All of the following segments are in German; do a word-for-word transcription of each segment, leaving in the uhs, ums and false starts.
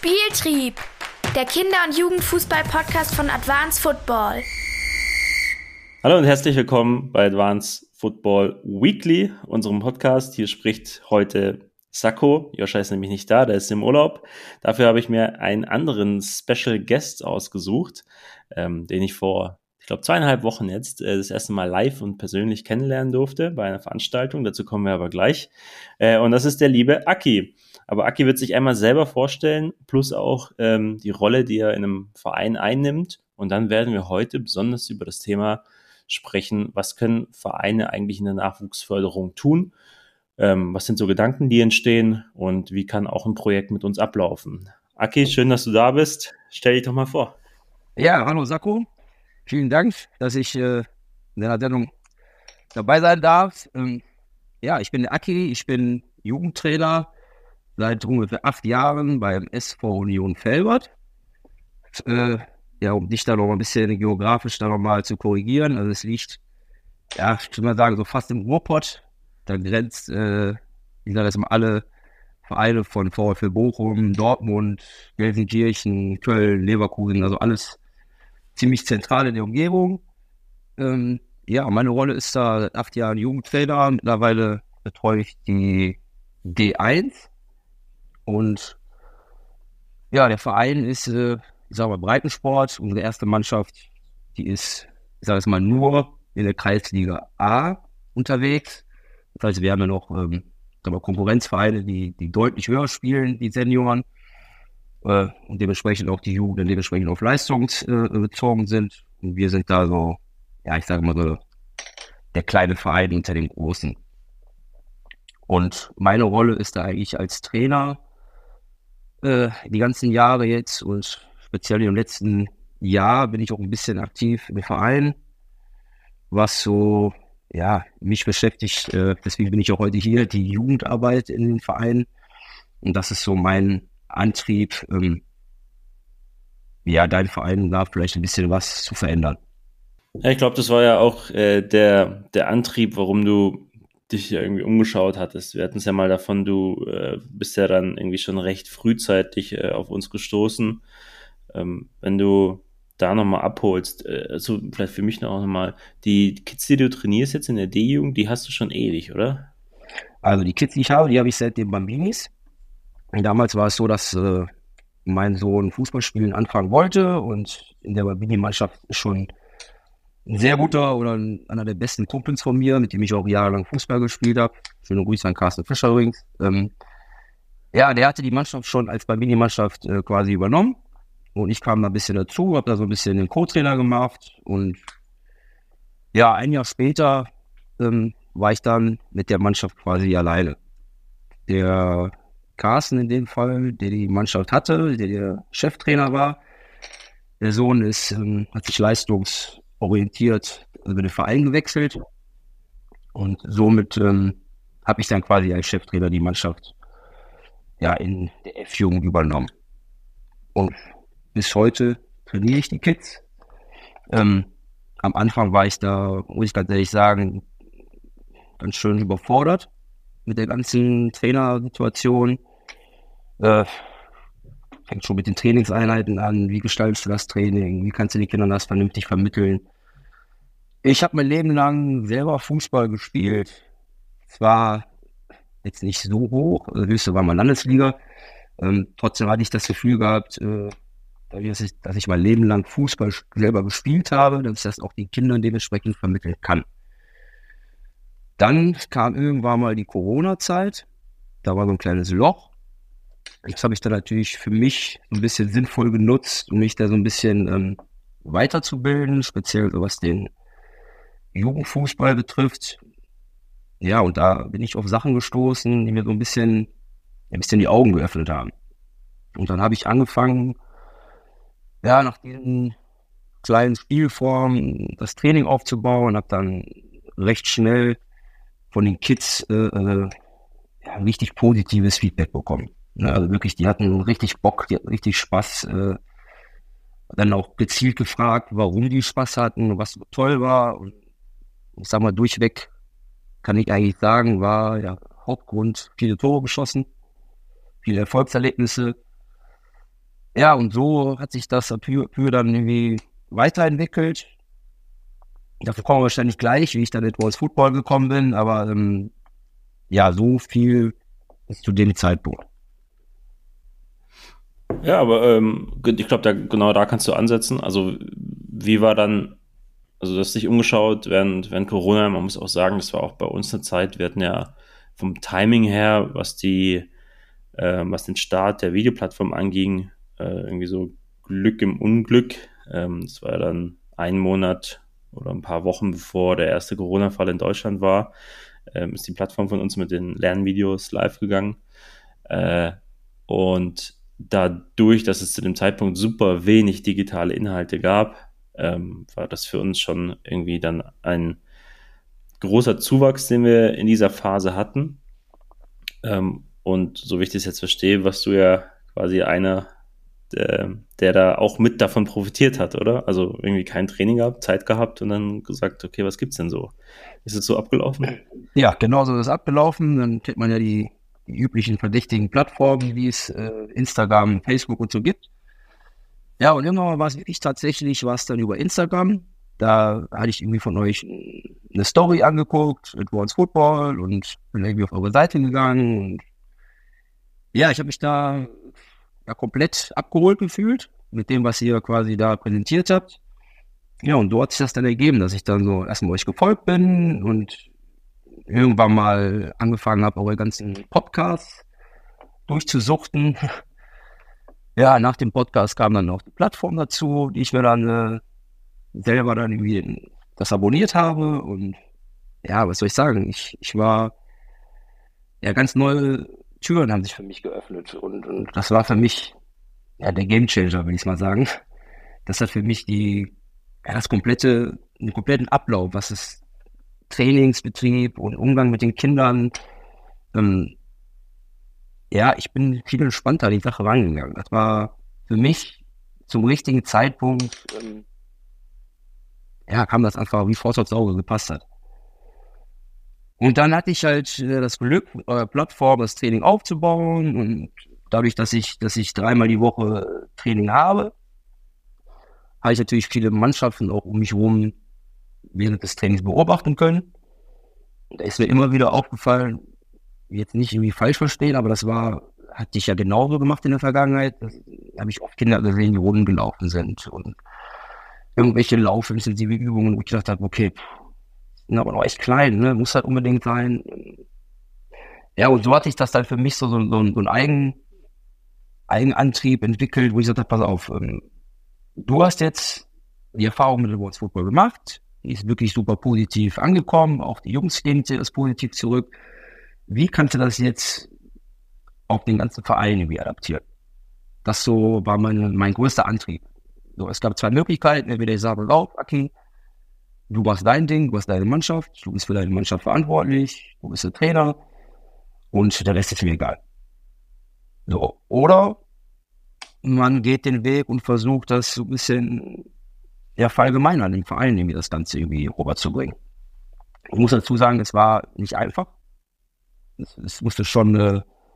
Spieltrieb, der Kinder- und Jugendfußball-Podcast von Advanced Football. Hallo und herzlich willkommen bei Advanced Football Weekly, unserem Podcast. Hier spricht heute Sacco. Joscha ist nämlich nicht da, der ist im Urlaub. Dafür habe ich mir einen anderen Special Guest ausgesucht, ähm, den ich vor, ich glaube, zweieinhalb Wochen jetzt äh, das erste Mal live und persönlich kennenlernen durfte bei einer Veranstaltung. Dazu kommen wir aber gleich. Äh, und das ist der liebe Aki. Aber Aki wird sich einmal selber vorstellen, plus auch ähm, die Rolle, die er in einem Verein einnimmt. Und dann werden wir heute besonders über das Thema sprechen, was können Vereine eigentlich in der Nachwuchsförderung tun, ähm, was sind so Gedanken, die entstehen und wie kann auch ein Projekt mit uns ablaufen. Aki, schön, dass du da bist. Stell dich doch mal vor. Ja, hallo Sacco. Vielen Dank, dass ich äh, in der Sendung dabei sein darf. Ähm, ja, ich bin der Aki, ich bin Jugendtrainer seit ungefähr acht Jahren beim S V Union Velbert. Äh, ja, um dich da noch ein bisschen geografisch da nochmal zu korrigieren. Also es liegt, ja, ich würde mal sagen, so fast im Ruhrpott. Da grenzt, äh, ich sage jetzt mal, alle Vereine von VfL Bochum, Dortmund, Gelsenkirchen, Köln, Leverkusen, also alles ziemlich zentral in der Umgebung. Ähm, ja, meine Rolle ist da seit acht Jahren Jugendtrainer. Mittlerweile betreue ich die D eins. Und ja, der Verein ist, äh, ich sage mal, Breitensport. Unsere erste Mannschaft, die ist, ich sage es mal, nur in der Kreisliga A unterwegs. Das heißt, wir haben ja noch ähm, sagen wir, Konkurrenzvereine, die, die deutlich höher spielen, die Senioren. Äh, und dementsprechend auch die Jugend, dementsprechend auf Leistung äh, bezogen sind. Und wir sind da so, ja, ich sage mal so, der kleine Verein unter den Großen. Und meine Rolle ist da eigentlich als Trainer äh, die ganzen Jahre jetzt und speziell im letzten Jahr bin ich auch ein bisschen aktiv im Verein, was so, ja, mich beschäftigt. Äh, deswegen bin ich auch heute hier, die Jugendarbeit in den Verein. Und das ist so mein Antrieb, ähm, ja, dein Verein da vielleicht ein bisschen was zu verändern. Ja, ich glaube, das war ja auch äh, der, der Antrieb, warum du dich ja irgendwie umgeschaut hattest. Wir hatten es ja mal davon, du äh, bist ja dann irgendwie schon recht frühzeitig äh, auf uns gestoßen. Ähm, wenn du da nochmal abholst, äh, also vielleicht für mich noch nochmal, die Kids, die du trainierst jetzt in der D-Jugend, die hast du schon ewig, oder? Also die Kids, die ich habe, die habe ich seit den Bambinis. Und damals war es so, dass äh, mein Sohn Fußballspielen anfangen wollte und in der Bambini-Mannschaft schon ein sehr guter oder ein, einer der besten Kumpels von mir, mit dem ich auch jahrelang Fußball gespielt habe. Schöne Grüße an Carsten Fischer übrigens. Ähm, ja, der hatte die Mannschaft schon als Bambini-Mannschaft äh, quasi übernommen. Und ich kam da ein bisschen dazu, habe da so ein bisschen den Co-Trainer gemacht. Und ja, ein Jahr später ähm, war ich dann mit der Mannschaft quasi alleine. Der Carsten in dem Fall, der die Mannschaft hatte, der der Cheftrainer war, der Sohn ist, ähm, hat sich leistungsorientiert über den Verein gewechselt und somit ähm, habe ich dann quasi als Cheftrainer die Mannschaft ja in der F-Jugend übernommen. Und bis heute trainiere ich die Kids. Ähm, am Anfang war ich da, muss ich ganz ehrlich sagen, ganz schön überfordert mit der ganzen Trainersituation. Äh, fängt schon mit den Trainingseinheiten an. Wie gestaltest du das Training? Wie kannst du den Kindern das vernünftig vermitteln? Ich habe mein Leben lang selber Fußball gespielt. Zwar jetzt nicht so hoch, also höchste war mal Landesliga. Ähm, trotzdem hatte ich das Gefühl gehabt, äh, dass, ich, dass ich mein Leben lang Fußball selber gespielt habe, dass ich das auch den Kindern dementsprechend vermitteln kann. Dann kam irgendwann mal die Corona-Zeit. Da war so ein kleines Loch. Das habe ich dann natürlich für mich so ein bisschen sinnvoll genutzt, um mich da so ein bisschen ähm, weiterzubilden, speziell so was den Jugendfußball betrifft. Ja, und da bin ich auf Sachen gestoßen, die mir so ein bisschen, ein bisschen die Augen geöffnet haben. Und dann habe ich angefangen, ja, nach diesen kleinen Spielformen das Training aufzubauen, habe dann recht schnell von den Kids äh, äh, ja, richtig positives Feedback bekommen. Ja, also wirklich, die hatten richtig Bock, die hatten richtig Spaß. Äh, dann auch gezielt gefragt, warum die Spaß hatten, was so toll war. Und ich sag mal, durchweg kann ich eigentlich sagen, war ja Hauptgrund viele Tore geschossen, viele Erfolgserlebnisse. Ja, und so hat sich das für, für dann irgendwie weiterentwickelt. Dafür kommen wir wahrscheinlich gleich, wie ich dann etwa ins Football gekommen bin, aber ähm, ja, so viel ist zu dem Zeitpunkt. Ja, aber ähm, ich glaube, da, genau da kannst du ansetzen. Also wie war dann, also du hast dich umgeschaut während, während Corona, man muss auch sagen, das war auch bei uns eine Zeit, wir hatten ja vom Timing her, was die, äh, was den Start der Videoplattform anging, äh, irgendwie so Glück im Unglück. Ähm, das war ja dann ein Monat oder ein paar Wochen bevor der erste Corona-Fall in Deutschland war, ähm, ist die Plattform von uns mit den Lernvideos live gegangen. Äh, und dadurch, dass es zu dem Zeitpunkt super wenig digitale Inhalte gab, ähm, war das für uns schon irgendwie dann ein großer Zuwachs, den wir in dieser Phase hatten. Ähm, und so wie ich das jetzt verstehe, warst du ja quasi einer, der, der da auch mit davon profitiert hat, oder? Also irgendwie kein Training gehabt, Zeit gehabt und dann gesagt, okay, was gibt's denn so? Ist es so abgelaufen? Ja, genau so ist es abgelaufen. Dann kennt man ja die, die üblichen verdächtigen Plattformen, wie es äh, Instagram, Facebook und so gibt. Ja, und irgendwann war es wirklich tatsächlich, war es dann über Instagram. Da hatte ich irgendwie von euch eine Story angeguckt, Advanced Football, und bin irgendwie auf eure Seite gegangen. Und ja, ich habe mich da ja, komplett abgeholt gefühlt mit dem, was ihr quasi da präsentiert habt. Ja, und so hat sich das dann ergeben, dass ich dann so erstmal euch gefolgt bin und irgendwann mal angefangen habe, eure ganzen Podcasts durchzusuchten. Ja, nach dem Podcast kam dann noch die Plattform dazu, die ich mir dann äh, selber dann irgendwie das abonniert habe. Und ja, was soll ich sagen? Ich, ich war, ja, ganz neue Türen haben sich für mich geöffnet. Und, und das war für mich, ja, der Gamechanger, will ich mal sagen. Das hat für mich die, ja, das komplette, den kompletten Ablauf, was es Trainingsbetrieb und Umgang mit den Kindern, ähm, ja, ich bin viel entspannter an die Sache rangegangen. Das war für mich zum richtigen Zeitpunkt, ähm, ja, kam das einfach wie Faust aufs Auge gepasst hat. Und dann hatte ich halt äh, das Glück, mit eurer Plattform das Training aufzubauen, und dadurch, dass ich, dass ich dreimal die Woche Training habe, habe ich natürlich viele Mannschaften auch um mich herum während des Trainings beobachten können. Und da ist mir immer wieder aufgefallen, jetzt nicht irgendwie falsch verstehen, aber das war, hatte ich ja genauso gemacht in der Vergangenheit. Da habe ich oft Kinder gesehen, die rumgelaufen sind und irgendwelche laufintensive Übungen, wo ich gedacht habe, okay, sind aber noch echt klein, ne? Muss halt unbedingt sein. Ja, und so hatte ich das dann für mich so, so, so, so einen Eigen, Eigenantrieb entwickelt, wo ich gesagt habe, pass auf, ähm, du hast jetzt die Erfahrung mit Advanced Football gemacht, die ist wirklich super positiv angekommen, auch die Jungs gehen das positiv zurück. Wie kannst du das jetzt auf den ganzen Verein irgendwie adaptieren? Das so war mein, mein größter Antrieb. So, es gab zwei Möglichkeiten, entweder ich sage, auf, Aki, du machst dein Ding, du hast deine Mannschaft, du bist für deine Mannschaft verantwortlich, du bist der Trainer und der Rest ist mir egal. So, oder man geht den Weg und versucht, das so ein bisschen, ja, verallgemeinern an den Verein irgendwie das Ganze irgendwie rüberzubringen. Ich muss dazu sagen, es war nicht einfach. Es, es musste schon, äh,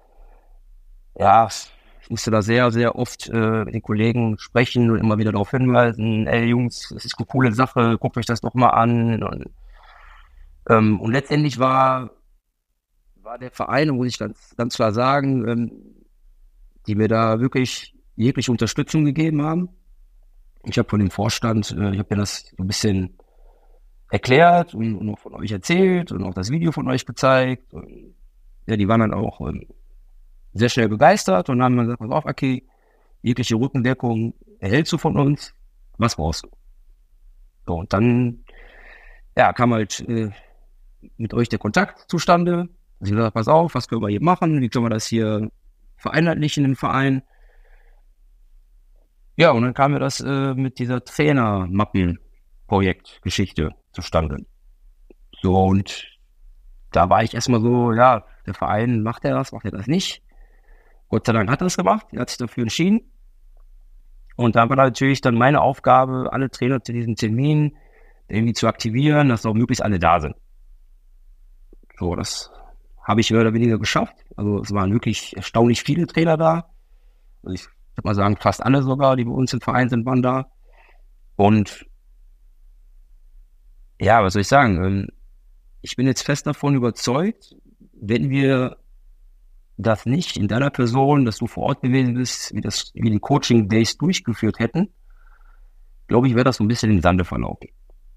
ja, ich musste da sehr, sehr oft äh, mit den Kollegen sprechen und immer wieder darauf hinweisen, ey Jungs, das ist eine coole Sache, guckt euch das doch mal an. Und, ähm, und letztendlich war, war der Verein, muss ich ganz, ganz klar sagen, ähm, die mir da wirklich jegliche Unterstützung gegeben haben. Ich habe von dem Vorstand, äh, ich habe mir das so ein bisschen erklärt und, und auch von euch erzählt und auch das Video von euch gezeigt. Und, ja, die waren dann auch ähm, sehr schnell begeistert und haben dann gesagt, pass auf, okay, jegliche Rückendeckung erhältst du von uns, was brauchst du? So, und dann, ja, kam halt äh, mit euch der Kontakt zustande. Also ich gesagt, pass auf, was können wir hier machen? Wie können wir das hier vereinheitlichen im Verein? Ja, und dann kam mir das äh, mit dieser Trainermappen-Projektgeschichte zustande. So, und da war ich erstmal so, ja, der Verein, macht er das, macht er das nicht? Gott sei Dank hat er das gemacht, er hat sich dafür entschieden. Und da war natürlich dann meine Aufgabe, alle Trainer zu diesem Termin irgendwie zu aktivieren, dass auch möglichst alle da sind. So, das habe ich mehr oder weniger geschafft. Also es waren wirklich erstaunlich viele Trainer da. Also ich ich würde mal sagen, fast alle sogar, die bei uns im Verein sind, waren da. Und ja, was soll ich sagen? Ich bin jetzt fest davon überzeugt, wenn wir das nicht in deiner Person, dass du vor Ort gewesen bist, wie das, wie die Coaching Days durchgeführt hätten, glaube ich, wäre das so ein bisschen im Sande verlaufen.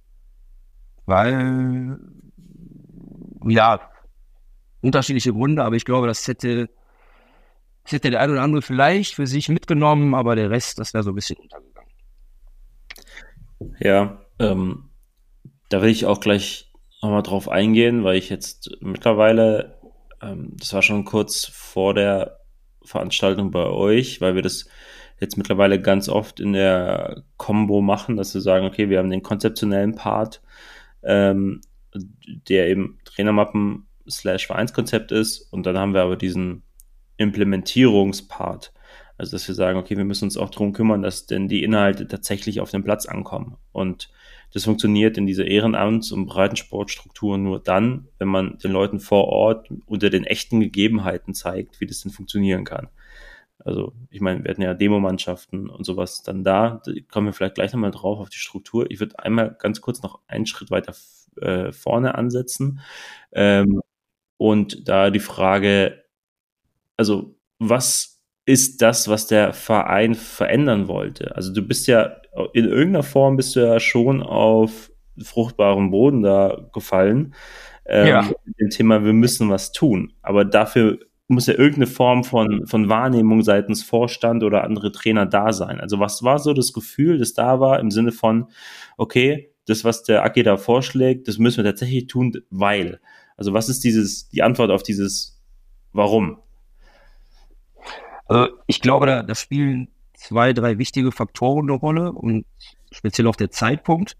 Weil, ja, unterschiedliche Gründe, aber ich glaube, das hätte, das hätte der eine oder andere vielleicht für sich mitgenommen, aber der Rest, das wäre so ein bisschen untergegangen. Ja, ähm, da will ich auch gleich nochmal drauf eingehen, weil ich jetzt mittlerweile, ähm, das war schon kurz vor der Veranstaltung bei euch, weil wir das jetzt mittlerweile ganz oft in der Combo machen, dass wir sagen, okay, wir haben den konzeptionellen Part, ähm, der eben Trainermappen slash Vereinskonzept ist, und dann haben wir aber diesen Implementierungspart. Also, dass wir sagen, okay, wir müssen uns auch darum kümmern, dass denn die Inhalte tatsächlich auf den Platz ankommen. Und das funktioniert in dieser Ehrenamts- und Breitensportstruktur nur dann, wenn man den Leuten vor Ort unter den echten Gegebenheiten zeigt, wie das denn funktionieren kann. Also, ich meine, wir hatten ja Demo-Mannschaften und sowas dann da. Da kommen wir vielleicht gleich nochmal drauf auf die Struktur. Ich würde einmal ganz kurz noch einen Schritt weiter äh, vorne ansetzen. Ähm, und da die Frage, also, was ist das, was der Verein verändern wollte? Also, du bist ja, in irgendeiner Form bist du ja schon auf fruchtbaren Boden da gefallen. Ähm, Ja. Mit dem Thema, wir müssen was tun. Aber dafür muss ja irgendeine Form von, von Wahrnehmung seitens Vorstand oder andere Trainer da sein. Also, was war so das Gefühl, das da war, im Sinne von, okay, das, was der Aki da vorschlägt, das müssen wir tatsächlich tun, weil. Also, was ist dieses, die Antwort auf dieses Warum? Also ich glaube, da, da spielen zwei, drei wichtige Faktoren eine Rolle und speziell auch der Zeitpunkt.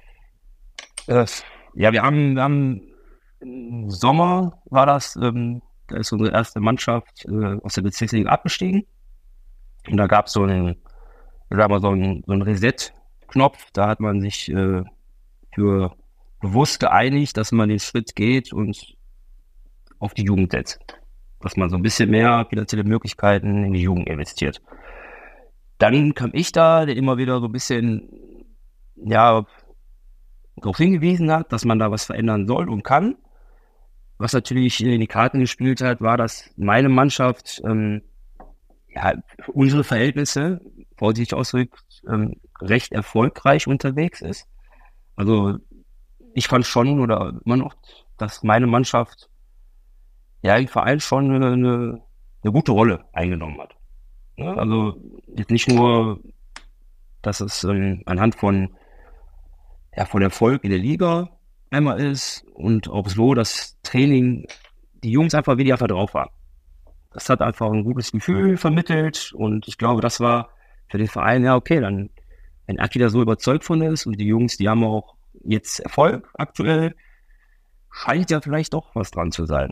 Äh, ja, wir haben, wir haben im Sommer war das, ähm, da ist unsere erste Mannschaft äh, aus der Bezirksliga abgestiegen. Und da gab es so einen, da war so einen, so einen Reset-Knopf, da hat man sich äh, für bewusst geeinigt, dass man den Schritt geht und auf die Jugend setzt. Dass man so ein bisschen mehr finanzielle Möglichkeiten in die Jugend investiert. Dann kam ich da, der immer wieder so ein bisschen, ja, darauf hingewiesen hat, dass man da was verändern soll und kann. Was natürlich in die Karten gespielt hat, war, dass meine Mannschaft, ähm, ja, für unsere Verhältnisse, vorsichtig ausgedrückt, ähm, recht erfolgreich unterwegs ist. Also ich fand schon oder immer noch, dass meine Mannschaft ja im Verein schon eine, eine, eine gute Rolle eingenommen hat. Ja, also jetzt nicht nur, dass es ähm, anhand von, ja, von Erfolg in der Liga einmal ist und auch so, dass Training die Jungs einfach wieder einfach drauf waren. Das hat einfach ein gutes Gefühl vermittelt und ich glaube, das war für den Verein, ja okay, dann, wenn Aki da so überzeugt von ist und die Jungs, die haben auch jetzt Erfolg aktuell, scheint ja vielleicht doch was dran zu sein.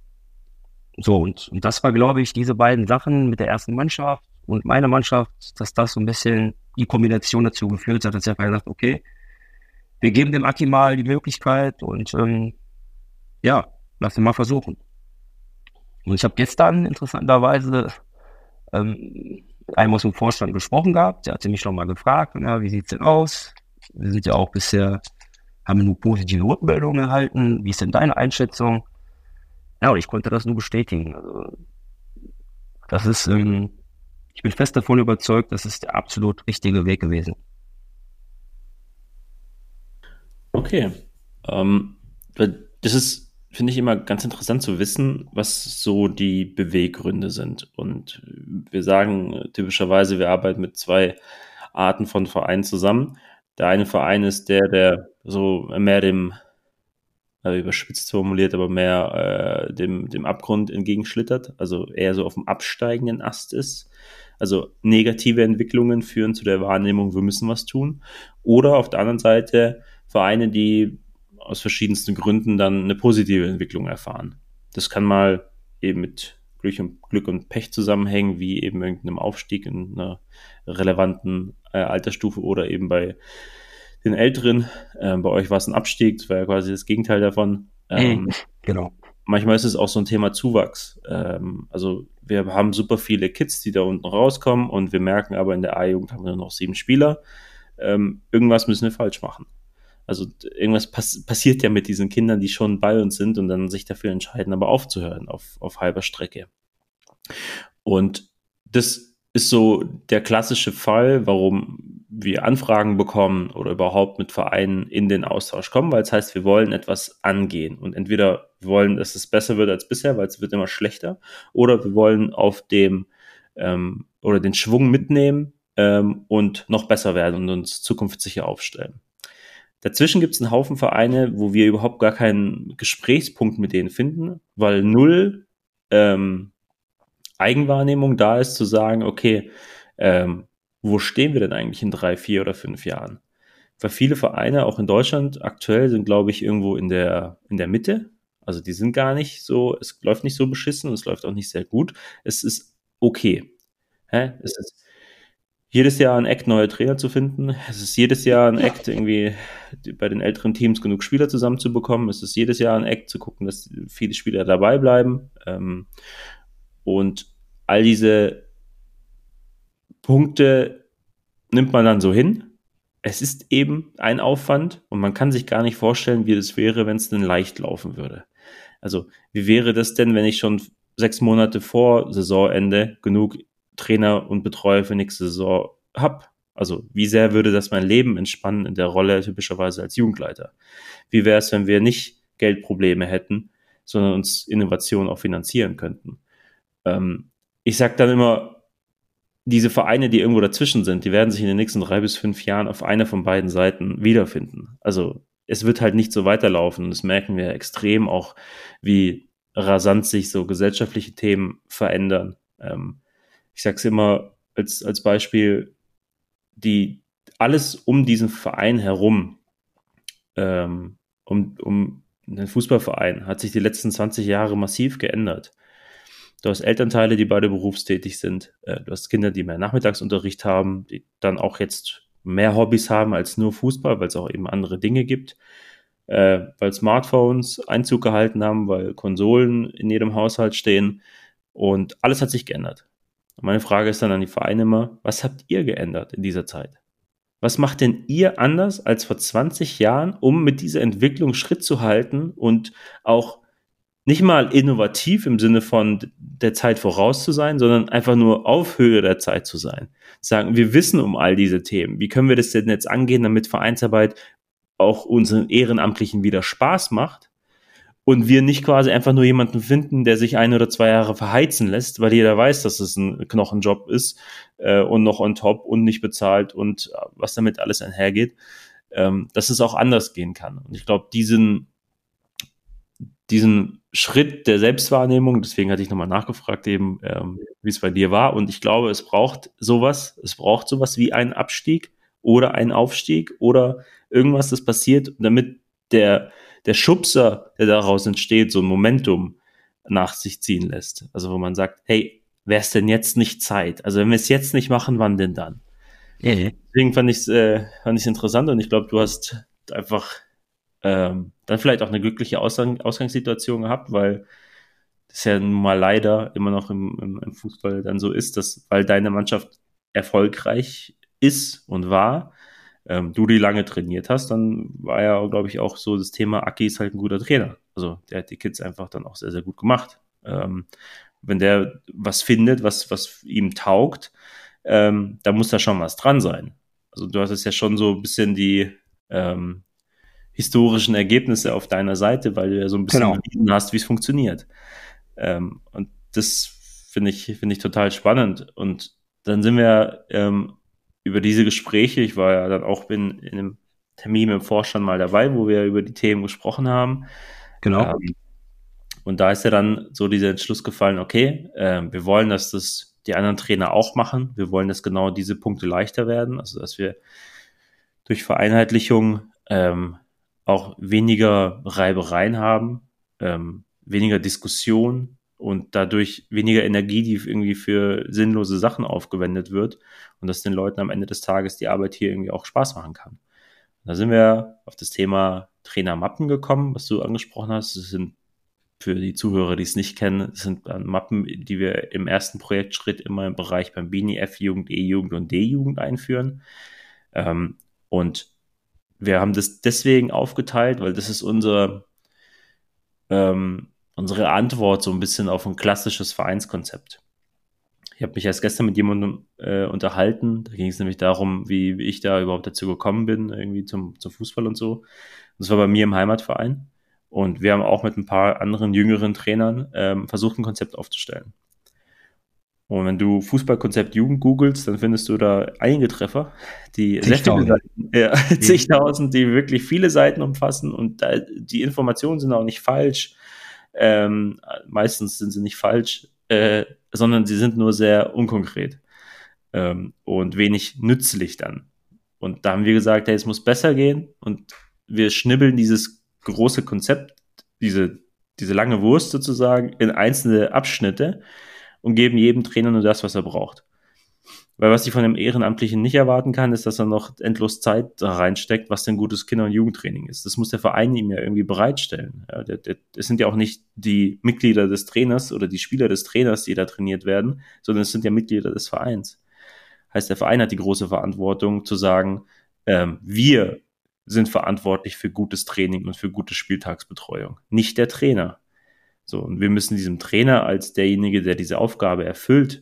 So, und, und das war, glaube ich, diese beiden Sachen mit der ersten Mannschaft und meiner Mannschaft, dass das so ein bisschen die Kombination dazu geführt hat, dass er einfach gesagt, okay, wir geben dem Aki mal die Möglichkeit und ähm, ja, lass ihn mal versuchen. Und ich habe gestern interessanterweise ähm, einem aus dem Vorstand gesprochen gehabt, der hatte mich nochmal gefragt, ja, wie sieht's denn aus? Wir sind ja auch bisher, haben nur positive Rückmeldungen erhalten, wie ist denn deine Einschätzung? Ja, und ich konnte das nur bestätigen. Also, das ist, ähm, ich bin fest davon überzeugt, das ist der absolut richtige Weg gewesen. Okay. Ähm, das ist, finde ich, immer ganz interessant zu wissen, was so die Beweggründe sind. Und wir sagen typischerweise, wir arbeiten mit zwei Arten von Vereinen zusammen. Der eine Verein ist der, der so mehr dem, äh, überspitzt formuliert, aber mehr äh, dem, dem Abgrund entgegenschlittert, also eher so auf dem absteigenden Ast ist. Also negative Entwicklungen führen zu der Wahrnehmung, wir müssen was tun. Oder auf der anderen Seite Vereine, die aus verschiedensten Gründen dann eine positive Entwicklung erfahren. Das kann mal eben mit Glück und, Glück und Pech zusammenhängen, wie eben irgendeinem Aufstieg in einer relevanten äh, Altersstufe oder eben bei den Älteren. Ähm, bei euch war es ein Abstieg, das war ja quasi das Gegenteil davon. Ähm, genau. manchmal ist es auch so ein Thema Zuwachs. Ähm, also wir haben super viele Kids, die da unten rauskommen und wir merken aber, in der A-Jugend haben wir nur noch sieben Spieler. Ähm, irgendwas müssen wir falsch machen. Also irgendwas pass- passiert ja mit diesen Kindern, die schon bei uns sind und dann sich dafür entscheiden, aber aufzuhören auf, auf halber Strecke. Und das ist so der klassische Fall, warum wir Anfragen bekommen oder überhaupt mit Vereinen in den Austausch kommen, weil es heißt, wir wollen etwas angehen und entweder wir wollen, dass es besser wird als bisher, weil es wird immer schlechter, oder wir wollen auf dem ähm, oder den Schwung mitnehmen ähm, und noch besser werden und uns zukunftssicher aufstellen. Dazwischen gibt es einen Haufen Vereine, wo wir überhaupt gar keinen Gesprächspunkt mit denen finden, weil null ähm, Eigenwahrnehmung da ist, zu sagen, okay, ähm, wo stehen wir denn eigentlich in drei, vier oder fünf Jahren? Weil viele Vereine, auch in Deutschland aktuell, sind, glaube ich, irgendwo in der, in der Mitte. Also die sind gar nicht so, es läuft nicht so beschissen, es läuft auch nicht sehr gut. Es ist okay. Hä? Es ist jedes Jahr ein Act, neue Trainer zu finden. Es ist jedes Jahr ein Act, irgendwie bei den älteren Teams genug Spieler zusammenzubekommen. Es ist jedes Jahr ein Act, zu gucken, dass viele Spieler dabei bleiben. Ähm, und all diese Punkte nimmt man dann so hin. Es ist eben ein Aufwand und man kann sich gar nicht vorstellen, wie es wäre, wenn es denn leicht laufen würde. Also wie wäre das denn, wenn ich schon sechs Monate vor Saisonende genug Trainer und Betreuer für nächste Saison habe? Also wie sehr würde das mein Leben entspannen in der Rolle typischerweise als Jugendleiter? Wie wäre es, wenn wir nicht Geldprobleme hätten, sondern uns Innovation auch finanzieren könnten? Ähm, ich sage dann immer, diese Vereine, die irgendwo dazwischen sind, die werden sich in den nächsten drei bis fünf Jahren auf einer von beiden Seiten wiederfinden. Also es wird halt nicht so weiterlaufen. Und das merken wir extrem auch, wie rasant sich so gesellschaftliche Themen verändern. Ähm, ich sage es immer als, als Beispiel, die alles um diesen Verein herum, ähm, um, um den Fußballverein, hat sich die letzten zwanzig Jahre massiv geändert. Du hast Elternteile, die beide berufstätig sind. Du hast Kinder, die mehr Nachmittagsunterricht haben, die dann auch jetzt mehr Hobbys haben als nur Fußball, weil es auch eben andere Dinge gibt. Weil Smartphones Einzug gehalten haben, weil Konsolen in jedem Haushalt stehen. Und alles hat sich geändert. Und meine Frage ist dann an die Vereine immer, was habt ihr geändert in dieser Zeit? Was macht denn ihr anders als vor zwanzig Jahren, um mit dieser Entwicklung Schritt zu halten und auch nicht mal innovativ im Sinne von der Zeit voraus zu sein, sondern einfach nur auf Höhe der Zeit zu sein. Sagen, wir wissen um all diese Themen. Wie können wir das denn jetzt angehen, damit Vereinsarbeit auch unseren Ehrenamtlichen wieder Spaß macht und wir nicht quasi einfach nur jemanden finden, der sich ein oder zwei Jahre verheizen lässt, weil jeder weiß, dass es ein Knochenjob ist äh, und noch on top und nicht bezahlt und was damit alles einhergeht, ähm, dass es auch anders gehen kann. Und ich glaube, diesen diesen Schritt der Selbstwahrnehmung, deswegen hatte ich nochmal nachgefragt eben, ähm, wie es bei dir war, und ich glaube, es braucht sowas, es braucht sowas wie einen Abstieg oder einen Aufstieg oder irgendwas, das passiert, damit der, der Schubser, der daraus entsteht, so ein Momentum nach sich ziehen lässt. Also wo man sagt, hey, wäre es denn jetzt nicht Zeit? Also wenn wir es jetzt nicht machen, wann denn dann? Mhm. Deswegen fand ich es äh, fand ich's interessant und ich glaube, du hast einfach Ähm, dann vielleicht auch eine glückliche Ausgang- Ausgangssituation gehabt, weil das ja nun mal leider immer noch im, im, im Fußball dann so ist, dass, weil deine Mannschaft erfolgreich ist und war, ähm, du die lange trainiert hast, dann war ja, glaube ich, auch so das Thema, Aki ist halt ein guter Trainer. Also der hat die Kids einfach dann auch sehr, sehr gut gemacht. Ähm, wenn der was findet, was, was ihm taugt, ähm, da muss da schon was dran sein. Also du hattest ja schon so ein bisschen die ähm, historischen Ergebnisse auf deiner Seite, weil du ja so ein bisschen Genau. bewiesen hast, wie es funktioniert. Ähm, und das finde ich, finde ich total spannend. Und dann sind wir ähm, über diese Gespräche, ich war ja dann auch in, in einem Termin mit dem Vorstand mal dabei, wo wir über die Themen gesprochen haben. Genau. Ähm, und da ist ja dann so dieser Entschluss gefallen, okay, äh, wir wollen, dass das die anderen Trainer auch machen. Wir wollen, dass genau diese Punkte leichter werden, also dass wir durch Vereinheitlichung ähm, auch weniger Reibereien haben, ähm, weniger Diskussion und dadurch weniger Energie, die irgendwie für sinnlose Sachen aufgewendet wird und dass den Leuten am Ende des Tages die Arbeit hier irgendwie auch Spaß machen kann. Da sind wir auf das Thema Trainermappen gekommen, was du angesprochen hast. Es sind für die Zuhörer, die es nicht kennen, das sind dann Mappen, die wir im ersten Projektschritt immer im Bereich beim Bini F-Jugend, E-Jugend und D-Jugend einführen. Ähm, und wir haben das deswegen aufgeteilt, weil das ist unser, ähm, unsere Antwort so ein bisschen auf ein klassisches Vereinskonzept. Ich habe mich erst gestern mit jemandem äh, unterhalten, da ging es nämlich darum, wie, wie ich da überhaupt dazu gekommen bin, irgendwie zum, zum Fußball und so. Und das war bei mir im Heimatverein. Und wir haben auch mit ein paar anderen jüngeren Trainern ähm, versucht, ein Konzept aufzustellen. Und wenn du Fußballkonzept Jugend googelst, dann findest du da einige Treffer, die sehr viele Seiten, ja, zigtausend, die wirklich viele Seiten umfassen und da, die Informationen sind auch nicht falsch. Ähm, meistens sind sie nicht falsch, äh, sondern sie sind nur sehr unkonkret ähm, und wenig nützlich dann. Und da haben wir gesagt, hey, es muss besser gehen und wir schnibbeln dieses große Konzept, diese, diese lange Wurst sozusagen, in einzelne Abschnitte und geben jedem Trainer nur das, was er braucht. Weil was ich von dem Ehrenamtlichen nicht erwarten kann, ist, dass er noch endlos Zeit da reinsteckt, was denn gutes Kinder- und Jugendtraining ist. Das muss der Verein ihm ja irgendwie bereitstellen. Ja, der, der, es sind ja auch nicht die Mitglieder des Trainers oder die Spieler des Trainers, die da trainiert werden, sondern es sind ja Mitglieder des Vereins. Heißt, der Verein hat die große Verantwortung zu sagen, ähm, wir sind verantwortlich für gutes Training und für gute Spieltagsbetreuung, nicht der Trainer. So, und wir müssen diesem Trainer als derjenige, der diese Aufgabe erfüllt,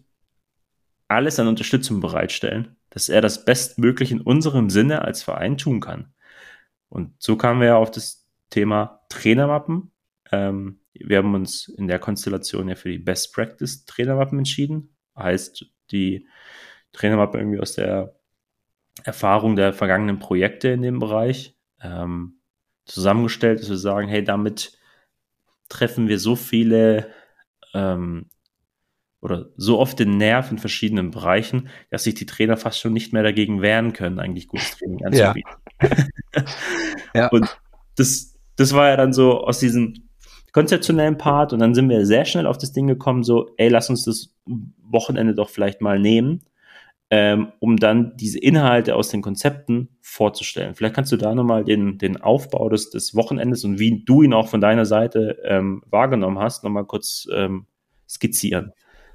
alles an Unterstützung bereitstellen, dass er das bestmöglich in unserem Sinne als Verein tun kann. Und so kamen wir ja auf das Thema Trainermappen. Ähm, wir haben uns in der Konstellation ja für die Best Practice Trainermappen entschieden. Heißt, die Trainermappe irgendwie aus der Erfahrung der vergangenen Projekte in dem Bereich ähm, zusammengestellt, dass wir sagen, hey, damit treffen wir so viele ähm, oder so oft den Nerv in verschiedenen Bereichen, dass sich die Trainer fast schon nicht mehr dagegen wehren können, eigentlich gutes Training anzubieten. Ja. Ja. Und das, das war ja dann so aus diesem konzeptionellen Part und dann sind wir sehr schnell auf das Ding gekommen, so, ey, lass uns das Wochenende doch vielleicht mal nehmen, ähm, um dann diese Inhalte aus den Konzepten vorzustellen. Vielleicht kannst du da nochmal den, den Aufbau des, des Wochenendes und wie du ihn auch von deiner Seite ähm, wahrgenommen hast, nochmal kurz ähm, skizzieren.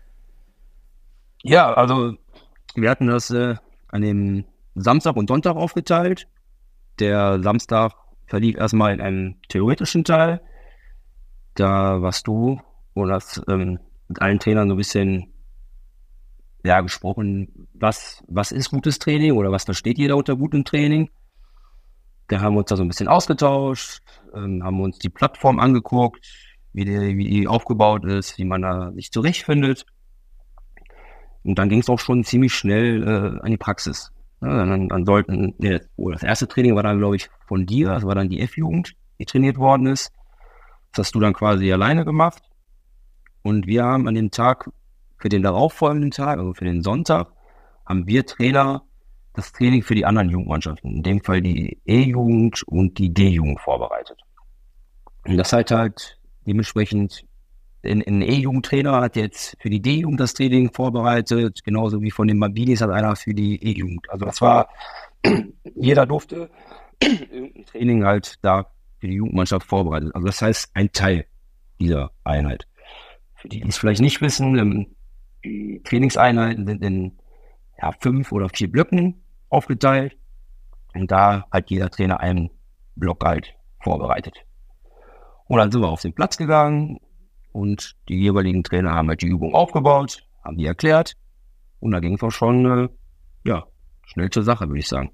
Ja, also wir hatten das äh, an dem Samstag und Sonntag aufgeteilt. Der Samstag verlief erstmal in einem theoretischen Teil. Da warst du und hast ähm, mit allen Trainern so ein bisschen ja, gesprochen, was, was ist gutes Training oder was versteht jeder unter gutem Training. Da haben wir uns da so ein bisschen ausgetauscht, ähm, haben uns die Plattform angeguckt, wie die, wie die aufgebaut ist, wie man da sich zurechtfindet. Und dann ging es auch schon ziemlich schnell äh, an die Praxis. Ja, dann, dann sollten, nee, oh, das erste Training war dann, glaube ich, von dir, das war dann die F-Jugend, die trainiert worden ist. Das hast du dann quasi alleine gemacht. Und wir haben an dem Tag, für den darauffolgenden Tag, also für den Sonntag, haben wir Trainer das Training für die anderen Jugendmannschaften, in dem Fall die E-Jugend und die D-Jugend vorbereitet. Und das halt halt dementsprechend Ein, ein E-Jugendtrainer hat jetzt für die D-Jugend das Training vorbereitet, genauso wie von den Mabinis hat einer für die E-Jugend. Also das war, jeder durfte irgendein Training halt da für die Jugendmannschaft vorbereitet. Also das heißt, ein Teil dieser Einheit. Für die, die es vielleicht nicht wissen, die Trainingseinheiten sind in ja, fünf oder vier Blöcken aufgeteilt und da hat jeder Trainer einen Block halt vorbereitet. Und dann sind wir auf den Platz gegangen, und die jeweiligen Trainer haben halt die Übung aufgebaut, haben die erklärt. Und da ging es auch schon, äh, ja, schnell zur Sache, würde ich sagen.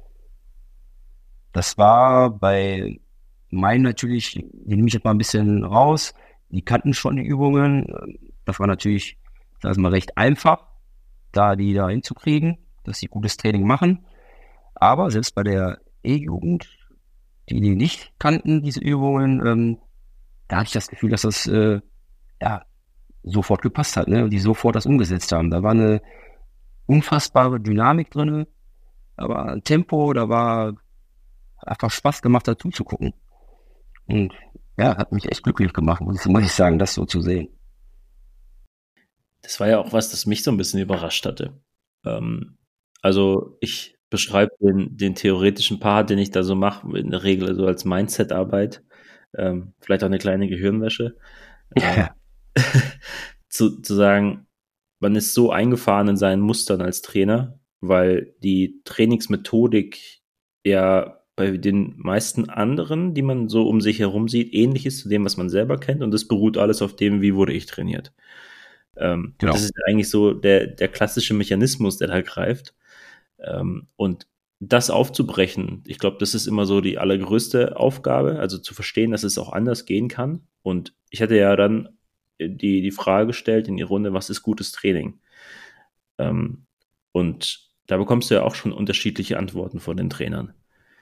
Das war bei meinen natürlich, die nehme ich jetzt mal ein bisschen raus. Die kannten schon die Übungen. Das war natürlich, sag ich mal, recht einfach, da die da hinzukriegen, dass sie gutes Training machen. Aber selbst bei der E-Jugend, die die nicht kannten, diese Übungen, ähm, da hatte ich das Gefühl, dass das äh, ja, sofort gepasst hat, ne? Und die sofort das umgesetzt haben. Da war eine unfassbare Dynamik drin, da war ein Tempo, da war einfach Spaß gemacht, dazu zu gucken. Und ja, hat mich echt glücklich gemacht, muss ich, muss ich sagen, das so zu sehen. Das war ja auch was, das mich so ein bisschen überrascht hatte. Ähm, also ich beschreibe den, den theoretischen Part, den ich da so mache, in der Regel so als Mindset-Arbeit. Ähm, vielleicht auch eine kleine Gehirnwäsche. Ja. Äh, zu, zu sagen, man ist so eingefahren in seinen Mustern als Trainer, weil die Trainingsmethodik ja bei den meisten anderen, die man so um sich herum sieht, ähnlich ist zu dem, was man selber kennt. Und das beruht alles auf dem, wie wurde ich trainiert. Ähm, Genau. Das ist eigentlich so der, der klassische Mechanismus, der da greift. Ähm, und das aufzubrechen, ich glaube, das ist immer so die allergrößte Aufgabe, also zu verstehen, dass es auch anders gehen kann. Und ich hatte ja dann die, die Frage gestellt in die Runde, was ist gutes Training? Ähm, und da bekommst du ja auch schon unterschiedliche Antworten von den Trainern.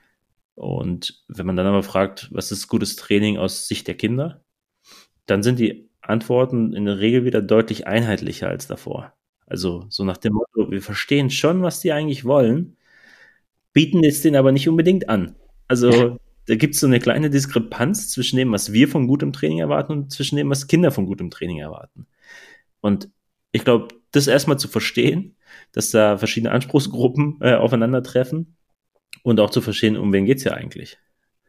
Und wenn man dann aber fragt, was ist gutes Training aus Sicht der Kinder, dann sind die Antworten in der Regel wieder deutlich einheitlicher als davor. Also so nach dem Motto, wir verstehen schon, was die eigentlich wollen, bieten es denen aber nicht unbedingt an. Also da gibt es so eine kleine Diskrepanz zwischen dem, was wir von gutem Training erwarten und zwischen dem, was Kinder von gutem Training erwarten. Und ich glaube, das erstmal zu verstehen, dass da verschiedene Anspruchsgruppen äh, aufeinandertreffen und auch zu verstehen, um wen geht es ja eigentlich.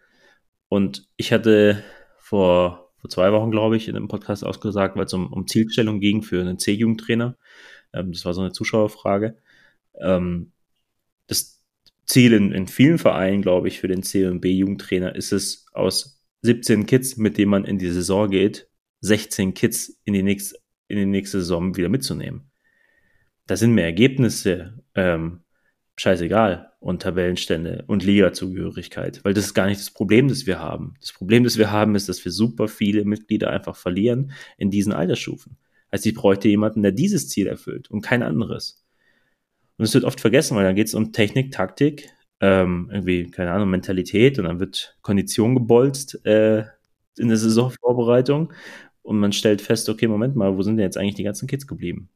Und ich hatte vor, vor zwei Wochen, glaube ich, in einem Podcast ausgesagt, weil es um, um Zielstellung ging für einen C-Jugendtrainer. Ähm, das war so eine Zuschauerfrage. Ähm, das Ziel in, in vielen Vereinen, glaube ich, für den C- und B-Jugendtrainer ist es, aus siebzehn Kids, mit denen man in die Saison geht, sechzehn Kids in die nächste, in die nächste Saison wieder mitzunehmen. Da sind mir Ergebnisse ähm, scheißegal und Tabellenstände und Liga-Zugehörigkeit, weil das ist gar nicht das Problem, das wir haben. Das Problem, das wir haben, ist, dass wir super viele Mitglieder einfach verlieren in diesen Altersstufen. Also ich bräuchte jemanden, der dieses Ziel erfüllt und kein anderes. Und es wird oft vergessen, weil dann geht es um Technik, Taktik, ähm, irgendwie, keine Ahnung, Mentalität und dann wird Kondition gebolzt äh, in der Saisonvorbereitung und man stellt fest, okay, Moment mal, wo sind denn jetzt eigentlich die ganzen Kids geblieben?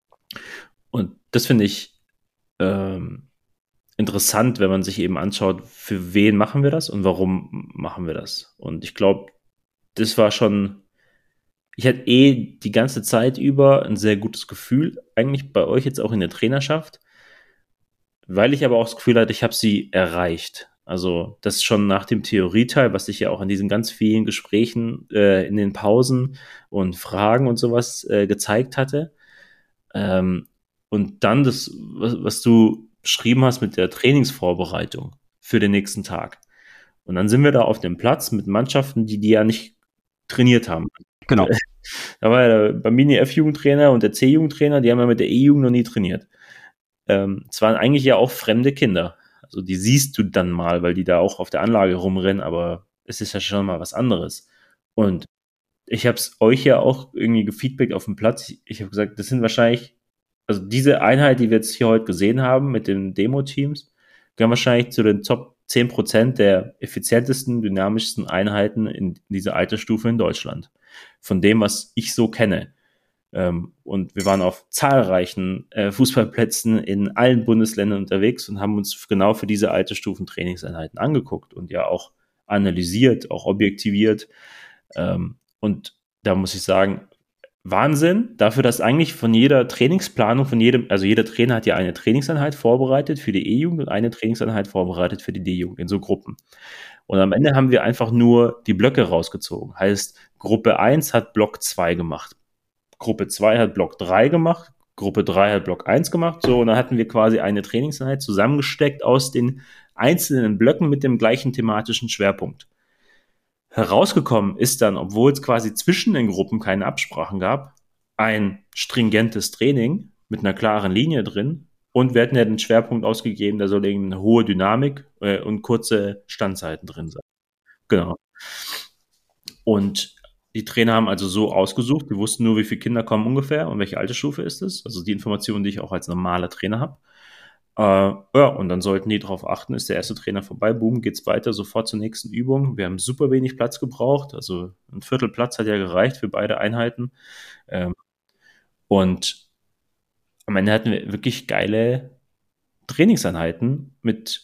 Und das finde ich ähm, interessant, wenn man sich eben anschaut, für wen machen wir das und warum machen wir das. Und ich glaube, das war schon, ich hatte eh die ganze Zeit über ein sehr gutes Gefühl, eigentlich bei euch jetzt auch in der Trainerschaft, weil ich aber auch das Gefühl hatte, ich habe sie erreicht. Also das schon nach dem Theorieteil, was ich ja auch in diesen ganz vielen Gesprächen äh, in den Pausen und Fragen und sowas äh, gezeigt hatte. Ähm, und dann das, was, was du beschrieben hast mit der Trainingsvorbereitung für den nächsten Tag. Und dann sind wir da auf dem Platz mit Mannschaften, die die ja nicht trainiert haben. Genau. Da war ja der Bambini F-Jugendtrainer und der C-Jugendtrainer, die haben ja mit der E-Jugend noch nie trainiert. Ähm, es waren eigentlich ja auch fremde Kinder. Also die siehst du dann mal, weil die da auch auf der Anlage rumrennen, aber es ist ja schon mal was anderes. Und ich habe es euch ja auch irgendwie gefeedbackt auf dem Platz. Ich, ich habe gesagt, das sind wahrscheinlich, also diese Einheit, die wir jetzt hier heute gesehen haben mit den Demo-Teams, gehören wahrscheinlich zu den Top zehn Prozent der effizientesten, dynamischsten Einheiten in dieser Altersstufe in Deutschland. Von dem, was ich so kenne. Ähm, und wir waren auf zahlreichen äh, Fußballplätzen in allen Bundesländern unterwegs und haben uns genau für diese Altersstufen Trainingseinheiten angeguckt und ja auch analysiert, auch objektiviert. Ähm, und da muss ich sagen, Wahnsinn, dafür, dass eigentlich von jeder Trainingsplanung, von jedem, also jeder Trainer hat ja eine Trainingseinheit vorbereitet für die E-Jugend und eine Trainingseinheit vorbereitet für die D-Jugend in so Gruppen. Und am Ende haben wir einfach nur die Blöcke rausgezogen. Heißt, Gruppe eins hat Block zwei gemacht. Gruppe zwei hat Block drei gemacht. Gruppe drei hat Block eins gemacht. So, und dann hatten wir quasi eine Trainingseinheit zusammengesteckt aus den einzelnen Blöcken mit dem gleichen thematischen Schwerpunkt. Herausgekommen ist dann, obwohl es quasi zwischen den Gruppen keine Absprachen gab, ein stringentes Training mit einer klaren Linie drin. Und wir hatten ja den Schwerpunkt ausgegeben, da soll eben eine hohe Dynamik äh, und kurze Standzeiten drin sein. Genau. Und die Trainer haben also so ausgesucht, wir wussten nur, wie viele Kinder kommen ungefähr und welche Altersstufe ist es. Also die Informationen, die ich auch als normaler Trainer habe. Äh, ja, und dann sollten die darauf achten, ist der erste Trainer vorbei, boom, geht's weiter, sofort zur nächsten Übung. Wir haben super wenig Platz gebraucht, also ein Viertel Platz hat ja gereicht für beide Einheiten. Ähm, und am Ende hatten wir wirklich geile Trainingseinheiten mit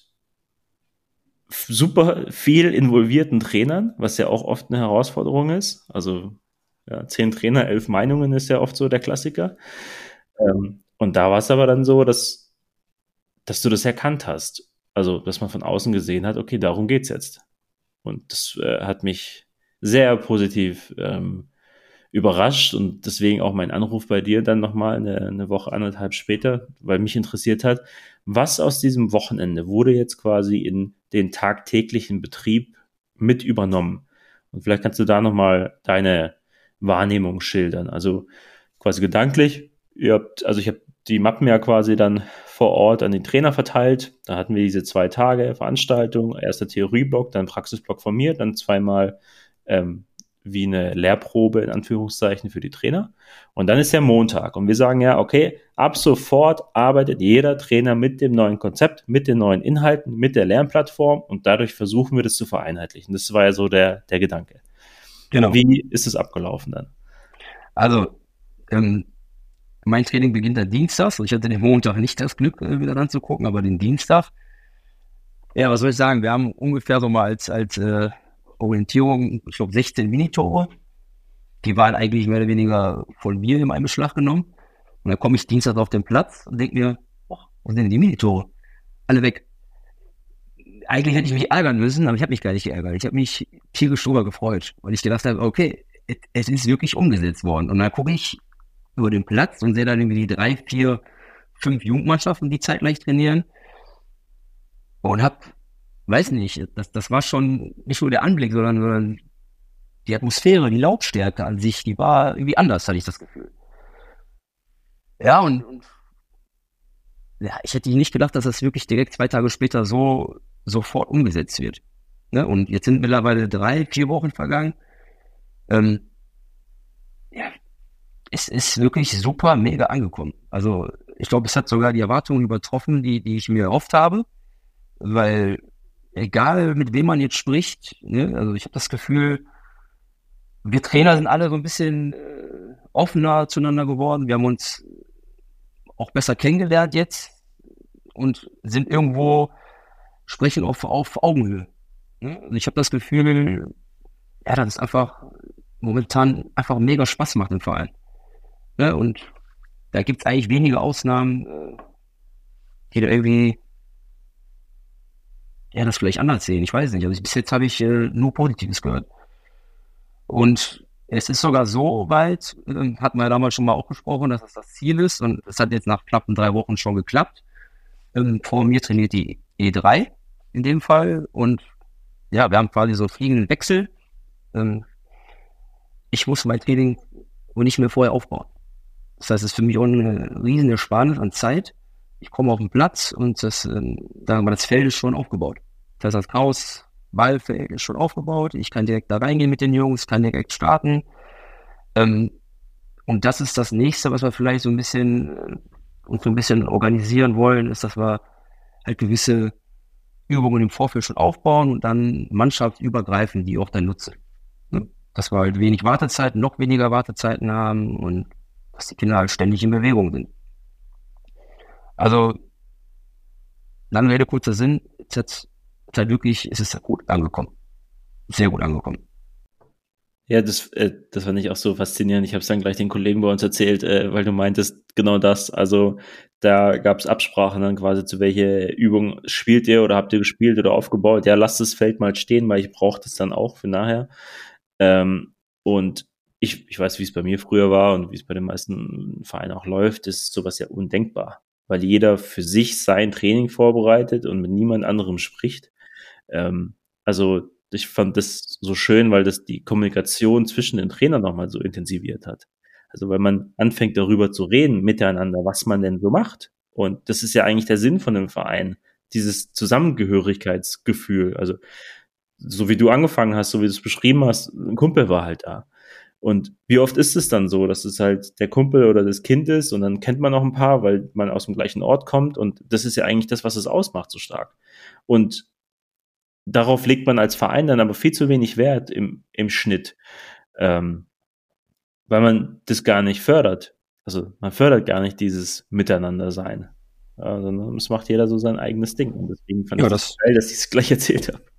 super viel involvierten Trainern, was ja auch oft eine Herausforderung ist. Also ja, zehn Trainer, elf Meinungen ist ja oft so der Klassiker. Ähm, und da war es aber dann so, dass, dass du das erkannt hast. Also, dass man von außen gesehen hat, okay, darum geht's jetzt. Und das äh, hat mich sehr positiv ähm, überrascht und deswegen auch mein Anruf bei dir dann nochmal eine, eine Woche, anderthalb später, weil mich interessiert hat, was aus diesem Wochenende wurde jetzt quasi in den tagtäglichen Betrieb mit übernommen? Und vielleicht kannst du da nochmal deine Wahrnehmung schildern. Also quasi gedanklich, ihr habt, also ich habe die Mappen ja quasi dann vor Ort an den Trainer verteilt. Da hatten wir diese zwei Tage Veranstaltung, erster Theorieblock, dann Praxisblock von mir, dann zweimal ähm, wie eine Lehrprobe in Anführungszeichen für die Trainer. Und dann ist der Montag und wir sagen ja, okay, ab sofort arbeitet jeder Trainer mit dem neuen Konzept, mit den neuen Inhalten, mit der Lernplattform und dadurch versuchen wir das zu vereinheitlichen. Das war ja so der, der Gedanke. Genau. Wie ist es abgelaufen dann? Also, ähm, mein Training beginnt am Dienstag. Ich hatte den Montag nicht das Glück, äh, wieder ranzugucken, aber den Dienstag. Ja, was soll ich sagen? Wir haben ungefähr so mal als, als äh, Orientierung, ich glaube, sechzehn Minitore. Die waren eigentlich mehr oder weniger von mir in einen Beschlag genommen. Und dann komme ich Dienstag auf den Platz und denke mir, oh, wo sind denn die Minitore? Alle weg. Eigentlich hätte ich mich ärgern müssen, aber ich habe mich gar nicht geärgert. Ich habe mich tierisch drüber gefreut, weil ich gedacht habe, okay, es, es ist wirklich umgesetzt worden. Und dann gucke ich über den Platz und sehe dann irgendwie die drei, vier, fünf Jugendmannschaften, die zeitgleich trainieren. Und habe, weiß nicht, das, das war schon nicht nur der Anblick, sondern, sondern die Atmosphäre, die Lautstärke an sich, die war irgendwie anders, hatte ich das Gefühl. Ja, und, und ja, ich hätte nicht gedacht, dass das wirklich direkt zwei Tage später so sofort umgesetzt wird. Ne? Und jetzt sind mittlerweile drei, vier Wochen vergangen. Ähm, ja, es ist wirklich super, mega angekommen. Also ich glaube, es hat sogar die Erwartungen übertroffen, die, die ich mir erhofft habe, weil egal mit wem man jetzt spricht, ne? Also ich habe das Gefühl, wir Trainer sind alle so ein bisschen äh, offener zueinander geworden. Wir haben uns auch besser kennengelernt jetzt und sind irgendwo, sprechen auf, auf Augenhöhe. Ne? Also ich habe das Gefühl, ja, dass es einfach momentan einfach mega Spaß macht im Verein. Ne? Und da gibt es eigentlich wenige Ausnahmen, äh, die da irgendwie ja, das vielleicht anders sehen. Ich weiß nicht. Also bis jetzt habe ich äh, nur Positives gehört. Und es ist sogar so weit, äh, hatten wir ja damals schon mal auch besprochen, dass das das Ziel ist. Und es hat jetzt nach knappen drei Wochen schon geklappt. Ähm, vor mir trainiert die E drei in dem Fall. Und ja, wir haben quasi so einen fliegenden Wechsel. Ähm, ich muss mein Training wohl nicht mehr vorher aufbauen. Das heißt, es ist für mich auch eine riesen Ersparnis an Zeit. Ich komme auf den Platz und das, ähm, sagen wir mal, das Feld ist schon aufgebaut. Das heißt, das Chaos Ballfeld ist schon aufgebaut. Ich kann direkt da reingehen mit den Jungs, kann direkt starten. Ähm, und das ist das Nächste, was wir vielleicht so ein bisschen äh, uns so ein bisschen organisieren wollen, ist, dass wir halt gewisse Übungen im Vorfeld schon aufbauen und dann mannschaftsübergreifend die auch dann nutzen. Ne? Dass wir halt wenig Wartezeiten, noch weniger Wartezeiten haben und dass die Kinder halt ständig in Bewegung sind. Also, lange Rede, kurzer Sinn, jetzt halt wirklich, es ist gut angekommen. Sehr gut angekommen. Ja, das, äh, das fand ich auch so faszinierend. Ich habe es dann gleich den Kollegen bei uns erzählt, äh, weil du meintest genau das. Also da gab es Absprachen dann quasi, zu welche Übung spielt ihr oder habt ihr gespielt oder aufgebaut. Ja, lasst das Feld mal stehen, weil ich brauche das dann auch für nachher. Ähm, und ich, ich weiß, wie es bei mir früher war und wie es bei den meisten Vereinen auch läuft, ist sowas ja undenkbar, weil jeder für sich sein Training vorbereitet und mit niemand anderem spricht. Ähm, also ich fand das so schön, weil das die Kommunikation zwischen den Trainern nochmal so intensiviert hat. Also weil man anfängt darüber zu reden miteinander, was man denn so macht. Und das ist ja eigentlich der Sinn von einem Verein, dieses Zusammengehörigkeitsgefühl. Also so wie du angefangen hast, so wie du es beschrieben hast, ein Kumpel war halt da. Und wie oft ist es dann so, dass es halt der Kumpel oder das Kind ist und dann kennt man noch ein paar, weil man aus dem gleichen Ort kommt und das ist ja eigentlich das, was es ausmacht so stark. Und darauf legt man als Verein dann aber viel zu wenig Wert im, im Schnitt, ähm, weil man das gar nicht fördert. Also man fördert gar nicht dieses Miteinander-Sein, ja, sondern es macht jeder so sein eigenes Ding. Und deswegen fand Ja, ich das das- geil, dass ich es gleich erzählt habe.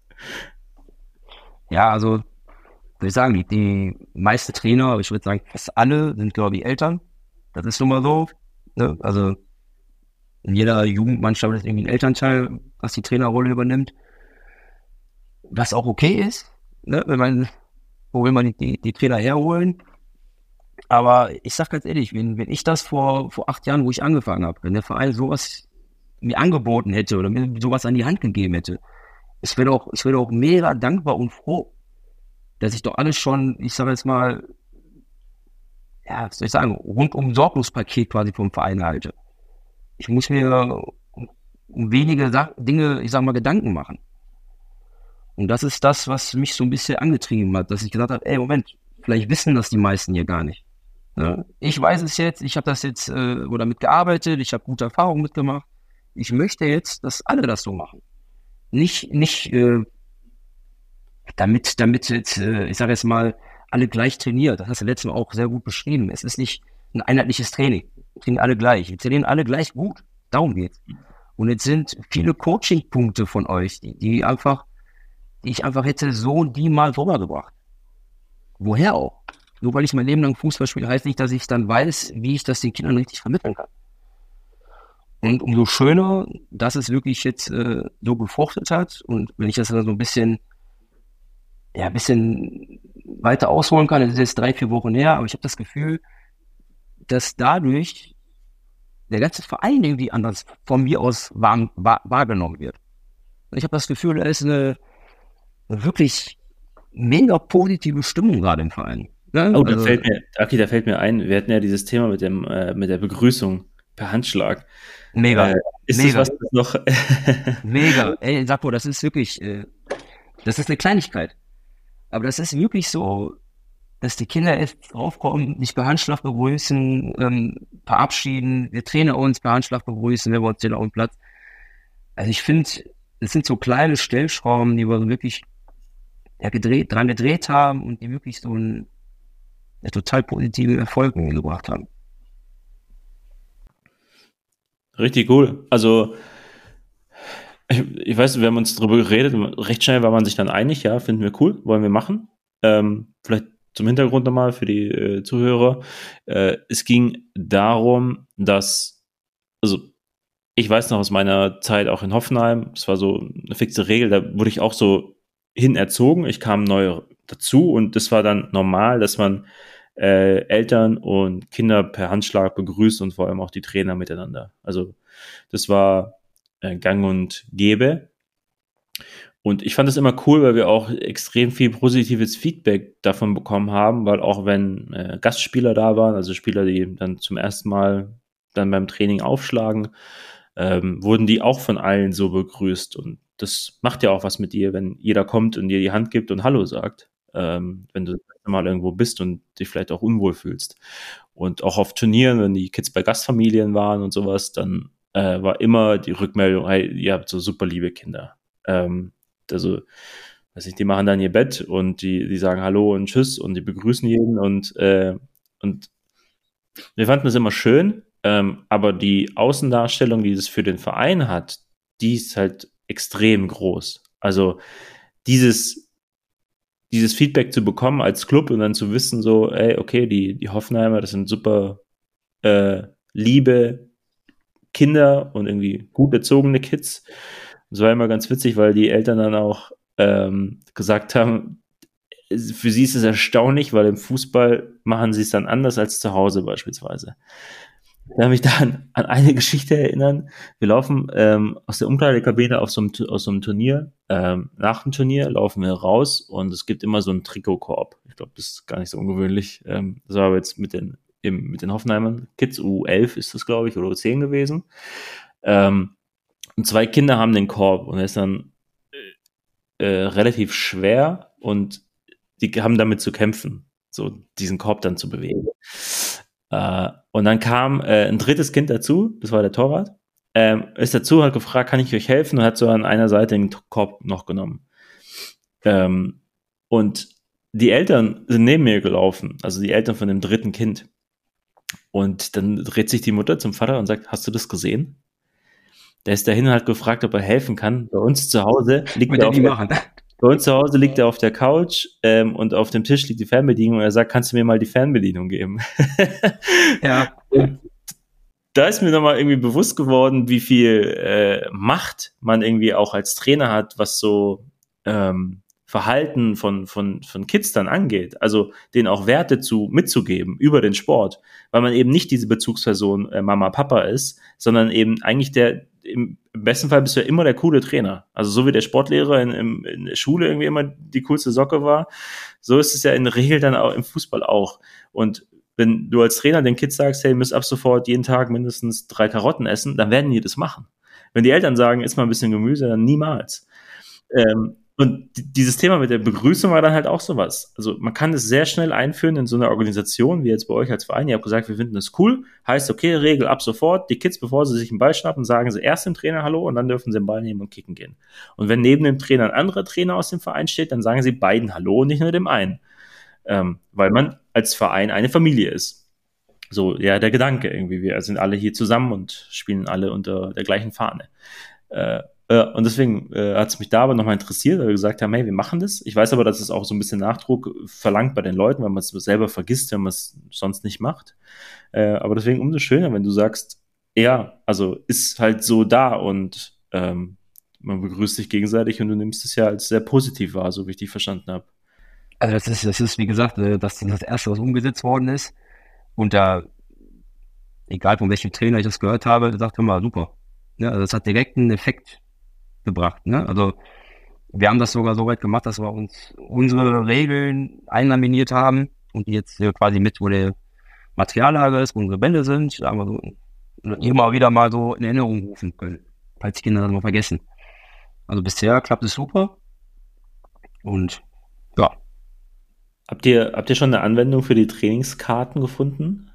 Ja, also, würde ich sagen, die, die meisten Trainer, ich würde sagen, fast alle sind, glaube ich, Eltern. Das ist nun mal so. Ne? Also, in jeder Jugendmannschaft ist irgendwie ein Elternteil, was die Trainerrolle übernimmt. Was auch okay ist, ne? Wenn man wo will man die, die, die Trainer herholen? Aber ich sag ganz ehrlich, wenn, wenn ich das vor, vor acht Jahren, wo ich angefangen habe, wenn der Verein sowas mir angeboten hätte oder mir sowas an die Hand gegeben hätte, ich wäre doch, ich wäre doch mega dankbar und froh, dass ich doch alles schon, ich sage jetzt mal, ja, was soll ich sagen, rundum Sorglos-Paket quasi vom Verein halte. Ich muss mir um wenige Sa- Dinge, ich sag mal, Gedanken machen. Und das ist das, was mich so ein bisschen angetrieben hat, dass ich gesagt habe, ey, Moment, vielleicht wissen das die meisten hier gar nicht. Ja, ich weiß es jetzt, ich habe das jetzt äh, oder mitgearbeitet, ich habe gute Erfahrungen mitgemacht. Ich möchte jetzt, dass alle das so machen. Nicht, nicht äh, damit, damit jetzt, äh, ich sage jetzt mal, alle gleich trainiert. Das hast du letztes Mal auch sehr gut beschrieben. Es ist nicht ein einheitliches Training. Wir trainieren alle gleich. Wir trainieren alle gleich gut. Darum geht's. Und jetzt sind viele Coaching-Punkte von euch, die, die einfach, die ich einfach hätte so und die mal rübergebracht. Woher auch? Nur weil ich mein Leben lang Fußball spiele, heißt nicht, dass ich dann weiß, wie ich das den Kindern richtig vermitteln kann. Und umso schöner, dass es wirklich jetzt äh, so gefruchtet hat. Und wenn ich das dann so ein bisschen, ja, ein bisschen weiter ausholen kann, das ist jetzt drei, vier Wochen her, aber ich habe das Gefühl, dass dadurch der ganze Verein irgendwie anders von mir aus wahr, wahr, wahrgenommen wird. Und ich habe das Gefühl, da ist eine, eine wirklich mega positive Stimmung gerade im Verein. Ja, Oh, da also, fällt mir, Aki, da fällt mir ein, wir hatten ja dieses Thema mit dem, äh, mit der Begrüßung per Handschlag. mega, Äh, ist mega, das was, das noch? mega. Ey, Sakko, das ist wirklich, äh, das ist eine Kleinigkeit. Aber das ist wirklich so, dass die Kinder erst draufkommen, sich per Handschlag begrüßen, ähm, verabschieden, wir Trainer uns per Handschlag begrüßen, wenn wir uns sehen auf dem Platz. Also ich finde, das sind so kleine Stellschrauben, die wir wirklich ja, gedreht, dran gedreht haben und die wirklich so einen ja, total positiven Erfolg gebracht haben. Richtig cool. Also, ich, ich weiß, wir haben uns darüber geredet, recht schnell war man sich dann einig, ja, finden wir cool, wollen wir machen. Ähm, vielleicht zum Hintergrund nochmal für die äh, Zuhörer. Äh, es ging darum, dass, also ich weiß noch aus meiner Zeit auch in Hoffenheim, das war so eine fixe Regel, da wurde ich auch so hin erzogen, ich kam neu dazu und das war dann normal, dass man äh, Eltern und Kinder per Handschlag begrüßt und vor allem auch die Trainer miteinander. Also das war äh, gang und gäbe. Und ich fand das immer cool, weil wir auch extrem viel positives Feedback davon bekommen haben, weil auch wenn äh, Gastspieler da waren, also Spieler, die dann zum ersten Mal dann beim Training aufschlagen, ähm, wurden die auch von allen so begrüßt. Und das macht ja auch was mit dir, wenn jeder kommt und dir die Hand gibt und Hallo sagt, ähm, wenn du mal irgendwo bist und dich vielleicht auch unwohl fühlst. Und auch auf Turnieren, wenn die Kids bei Gastfamilien waren und sowas, dann äh, war immer die Rückmeldung, hey, ihr habt so super liebe Kinder. Ähm, also, weiß nicht, die machen dann ihr Bett und die, die sagen Hallo und Tschüss und die begrüßen jeden und, äh, und wir fanden das immer schön, ähm, aber die Außendarstellung, die das für den Verein hat, die ist halt extrem groß. Also dieses, dieses Feedback zu bekommen als Club und dann zu wissen so, ey, okay, die, die Hoffenheimer, das sind super äh, liebe Kinder und irgendwie gut erzogene Kids. Das war immer ganz witzig, weil die Eltern dann auch ähm, gesagt haben, für sie ist es erstaunlich, weil im Fußball machen sie es dann anders als zu Hause beispielsweise. Ich kann mich da an, an eine Geschichte erinnern. Wir laufen ähm, aus der Umkleidekabine auf so einem, aus so einem Turnier. Ähm, nach dem Turnier laufen wir raus und es gibt immer so einen Trikotkorb. Ich glaube, das ist gar nicht so ungewöhnlich. Ähm, das war aber jetzt mit den, im, mit den Hoffenheimern Kids, U elf ist das, glaube ich, oder U zehn gewesen. Ähm, und zwei Kinder haben den Korb und er ist dann äh, relativ schwer und die haben damit zu kämpfen, so diesen Korb dann zu bewegen. Äh, und dann kam äh, ein drittes Kind dazu, das war der Torwart, ähm, ist dazu, hat gefragt, kann ich euch helfen? Und hat so an einer Seite den Korb noch genommen. Ähm, und die Eltern sind neben mir gelaufen, also die Eltern von dem dritten Kind. Und dann dreht sich die Mutter zum Vater und sagt, hast du das gesehen? Der ist dahin und hat gefragt, ob er helfen kann. Bei uns zu Hause liegt er auf der, bei uns zu Hause liegt er auf der Couch ähm, und auf dem Tisch liegt die Fernbedienung und er sagt, kannst du mir mal die Fernbedienung geben? Ja. Und da ist mir nochmal irgendwie bewusst geworden, wie viel äh, Macht man irgendwie auch als Trainer hat, was so ähm, Verhalten von, von, von Kids dann angeht, also denen auch Werte zu, mitzugeben über den Sport, weil man eben nicht diese Bezugsperson äh, Mama, Papa ist, sondern eben eigentlich der, im, im besten Fall bist du ja immer der coole Trainer. Also so wie der Sportlehrer in, in, in der Schule irgendwie immer die coolste Socke war, so ist es ja in der Regel dann auch im Fußball auch. Und wenn du als Trainer den Kids sagst, hey, ihr müsst ab sofort jeden Tag mindestens drei Karotten essen, dann werden die das machen. Wenn die Eltern sagen, iss mal ein bisschen Gemüse, dann niemals. Ähm, Und dieses Thema mit der Begrüßung war dann halt auch sowas. Also man kann es sehr schnell einführen in so einer Organisation, wie jetzt bei euch als Verein. Ihr habt gesagt, wir finden das cool. Heißt, okay, Regel ab sofort. Die Kids, bevor sie sich einen Ball schnappen, sagen sie erst dem Trainer Hallo und dann dürfen sie den Ball nehmen und kicken gehen. Und wenn neben dem Trainer ein anderer Trainer aus dem Verein steht, dann sagen sie beiden Hallo und nicht nur dem einen. Ähm, weil man als Verein eine Familie ist. So, ja, der Gedanke irgendwie. Wir sind alle hier zusammen und spielen alle unter der gleichen Fahne. Äh, Und deswegen äh, hat es mich da aber nochmal interessiert, weil wir gesagt haben, hey, wir machen das. Ich weiß aber, dass es auch so ein bisschen Nachdruck verlangt bei den Leuten, weil man es selber vergisst, wenn man es sonst nicht macht. Äh, aber deswegen umso schöner, wenn du sagst, ja, also ist halt so da und ähm, man begrüßt sich gegenseitig und du nimmst es ja als sehr positiv wahr, so wie ich dich verstanden habe. Also das ist, das ist, wie gesagt, äh, das ist das Erste, was umgesetzt worden ist. Und da, egal von welchem Trainer ich das gehört habe, der sagt immer, super. Ja, also das hat direkt einen Effekt gebracht, ne? Also wir haben das sogar so weit gemacht, dass wir uns unsere Regeln einlaminiert haben und die jetzt hier quasi mit, wo der Materiallager ist, wo unsere Bälle sind, da haben wir so immer wieder mal so in Erinnerung rufen können, falls die Kinder das mal vergessen. Also bisher klappt es super und ja. Habt ihr, habt ihr schon eine Anwendung für die Trainingskarten gefunden?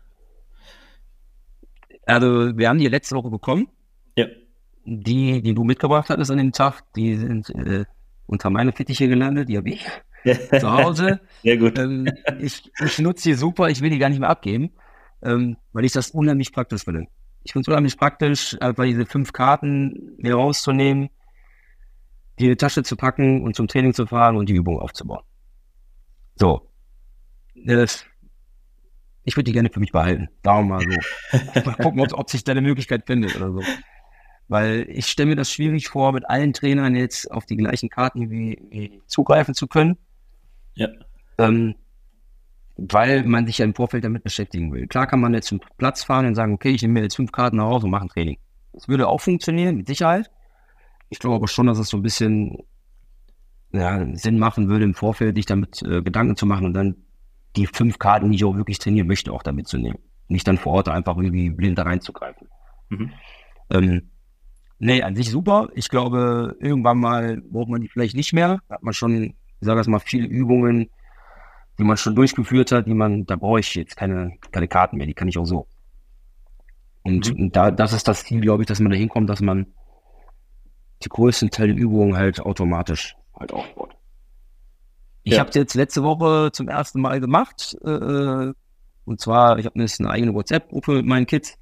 Also wir haben die letzte Woche bekommen. Ja. Die, die du mitgebracht hattest an dem Tag, die sind äh, unter meine Fittiche gelandet, die habe ich zu Hause. Sehr gut. Ähm, ich, ich nutze die super, ich will die gar nicht mehr abgeben, ähm, weil ich das unheimlich praktisch finde. Ich finde es unheimlich praktisch, einfach diese fünf Karten mir rauszunehmen, die in die Tasche zu packen und zum Training zu fahren und die Übung aufzubauen. So. Das, ich würde die gerne für mich behalten. Darum mal so. Mal gucken, ob, ob sich da eine Möglichkeit findet oder so. Weil ich stelle mir das schwierig vor, mit allen Trainern jetzt auf die gleichen Karten wie, wie zugreifen zu können. Ja. Ähm, weil man sich ja im Vorfeld damit beschäftigen will. Klar kann man jetzt zum Platz fahren und sagen, okay, ich nehme mir jetzt fünf Karten nach Hause und mache ein Training. Das würde auch funktionieren, mit Sicherheit. Ich glaube aber schon, dass es so ein bisschen ja, Sinn machen würde, im Vorfeld sich damit äh, Gedanken zu machen und dann die fünf Karten, die ich auch wirklich trainieren möchte, auch damit zu nehmen. Nicht dann vor Ort einfach irgendwie blind da reinzugreifen. Mhm. Ähm, Nee, an sich super. Ich glaube, irgendwann mal braucht man die vielleicht nicht mehr. Da hat man schon, ich sage das mal, viele Übungen, die man schon durchgeführt hat, die man, da brauche ich jetzt keine, keine Karten mehr, die kann ich auch so. Und, mhm. und da, das ist das Ziel, glaube ich, dass man da hinkommt, dass man die größten Teil der Übungen halt automatisch halt aufbaut. Ich ja. habe es jetzt letzte Woche zum ersten Mal gemacht. Äh, und zwar, ich habe jetzt eine eigene WhatsApp-Gruppe mit meinen Kids.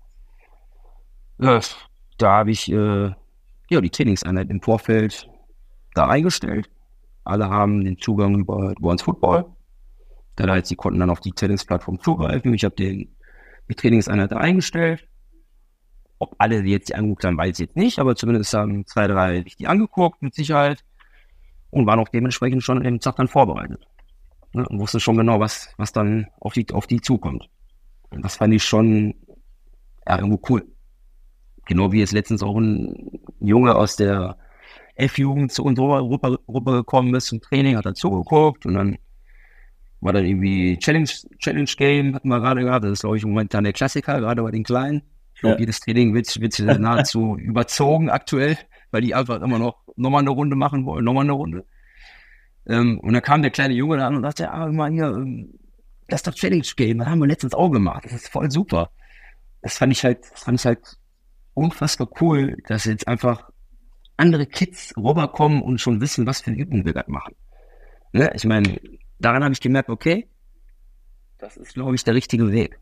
Ja, da habe ich äh, ja die Trainingseinheit im Vorfeld da eingestellt. Alle haben den Zugang über Advanced Football. Das heißt, sie konnten dann auf die Trainingsplattform zugreifen. Ich habe den die Trainingseinheit da eingestellt. Ob alle die jetzt die angeguckt haben, weiß ich jetzt nicht, aber zumindest haben zwei, drei sich die angeguckt, mit Sicherheit. Und waren auch dementsprechend schon an dem Tag dann vorbereitet. Ne, und wussten schon genau, was, was dann auf die, auf die zukommt. Und das fand ich schon ja, irgendwo cool. Genau wie jetzt letztens auch ein Junge aus der F-Jugend zu uns rüber, rüber gekommen ist zum Training, hat er zugeguckt und dann war dann irgendwie Challenge, Challenge Game, hatten wir gerade gehabt. Das ist, glaube ich, momentan der Klassiker, gerade bei den Kleinen. Ich glaube, ja. jedes Training wird, wird nahezu überzogen aktuell, weil die einfach immer noch nochmal eine Runde machen wollen, nochmal eine Runde. Ähm, und dann kam der kleine Junge da an und sagte, ah, mal hier, das ist doch Challenge Game, das haben wir letztens auch gemacht, das ist voll super. Das fand ich halt, das fand ich halt unfassbar cool, dass jetzt einfach andere Kids rüberkommen und schon wissen, was für eine Übung wir gerade machen. Ne? Ich meine, daran habe ich gemerkt, okay, das ist, glaube ich, der richtige Weg.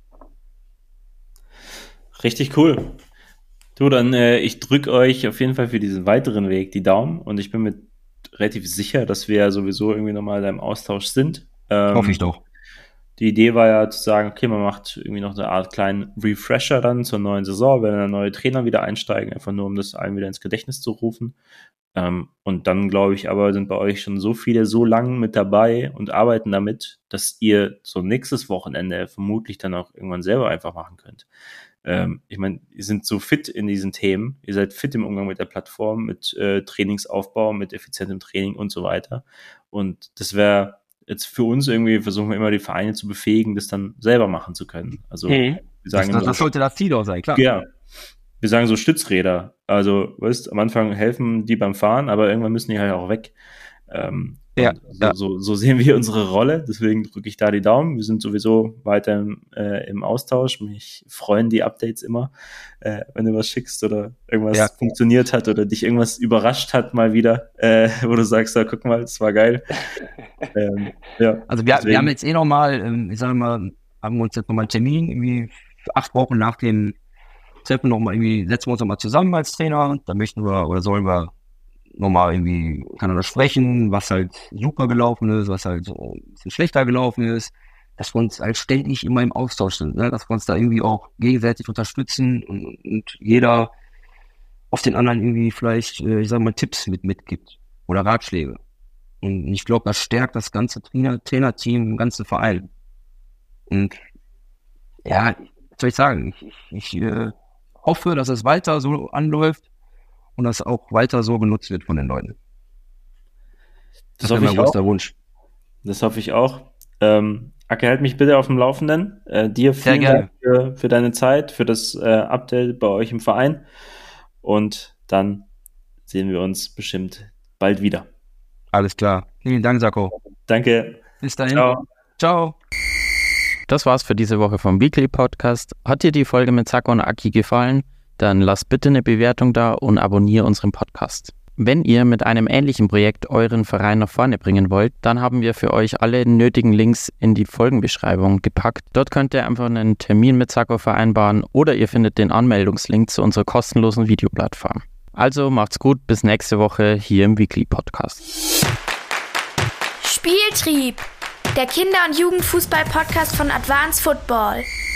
Richtig cool. Du, dann, äh, ich drücke euch auf jeden Fall für diesen weiteren Weg die Daumen und ich bin mir relativ sicher, dass wir ja sowieso irgendwie nochmal da im Austausch sind. Ähm, Hoffe ich doch. die Idee war ja zu sagen, okay, man macht irgendwie noch eine Art kleinen Refresher dann zur neuen Saison, wenn dann neue Trainer wieder einsteigen, einfach nur, um das allen wieder ins Gedächtnis zu rufen. Ähm, und dann, glaube ich, aber sind bei euch schon so viele so lang mit dabei und arbeiten damit, dass ihr so nächstes Wochenende vermutlich dann auch irgendwann selber einfach machen könnt. Ähm, ich meine, ihr seid so fit in diesen Themen, ihr seid fit im Umgang mit der Plattform, mit äh, Trainingsaufbau, mit effizientem Training und so weiter. Und das wäre jetzt für uns irgendwie, versuchen wir immer die Vereine zu befähigen, das dann selber machen zu können. Also mhm. wir sagen das, das, das sollte das Ziel auch sein, klar. Ja, wir sagen so Stützräder. Also, weißt, am Anfang helfen die beim Fahren, aber irgendwann müssen die halt auch weg. Ähm, ja, so, ja. So, so sehen wir unsere Rolle. Deswegen drücke ich da die Daumen. Wir sind sowieso weiter im, äh, im Austausch. Mich freuen die Updates immer, äh, wenn du was schickst oder irgendwas ja. funktioniert hat oder dich irgendwas überrascht hat mal wieder, äh, wo du sagst, ja, guck mal, das war geil. ähm, ja, also wir, wir haben jetzt eh nochmal, ähm, ich sage mal, haben wir uns jetzt nochmal einen Termin, irgendwie acht Wochen nach dem Treffen nochmal irgendwie, setzen wir uns nochmal zusammen als Trainer, da möchten wir oder sollen wir nochmal irgendwie miteinander sprechen, was halt super gelaufen ist, was halt so ein bisschen schlechter gelaufen ist, dass wir uns halt ständig immer im Austausch sind, ne? Dass wir uns da irgendwie auch gegenseitig unterstützen und, und jeder auf den anderen irgendwie vielleicht, äh, ich sag mal, Tipps mit mitgibt oder Ratschläge. Und ich glaube, das stärkt das ganze Trainer, Trainerteam, den ganzen Verein. Und ja, was soll ich sagen, ich, ich, ich äh, hoffe, dass es weiter so anläuft und das auch weiter so genutzt wird von den Leuten. Das, das hoffe wäre mein ich größter auch. Wunsch. Das hoffe ich auch. Ähm, Acke, halt mich bitte auf dem Laufenden. Äh, dir vielen Dank für, für deine Zeit, für das äh, Update bei euch im Verein. Und dann sehen wir uns bestimmt bald wieder. Alles klar. Vielen Dank, Sacco. Danke. Bis dahin. Ciao. Ciao. Das war's für diese Woche vom Weekly Podcast. Hat dir die Folge mit Sacco und Aki gefallen? Dann lass bitte eine Bewertung da und abonniere unseren Podcast. Wenn ihr mit einem ähnlichen Projekt euren Verein nach vorne bringen wollt, dann haben wir für euch alle nötigen Links in die Folgenbeschreibung gepackt. Dort könnt ihr einfach einen Termin mit Sacco vereinbaren oder ihr findet den Anmeldungslink zu unserer kostenlosen Videoplattform. Also macht's gut, bis nächste Woche hier im Weekly Podcast. Spieltrieb, der Kinder- und Jugendfußball-Podcast von Advanced Football.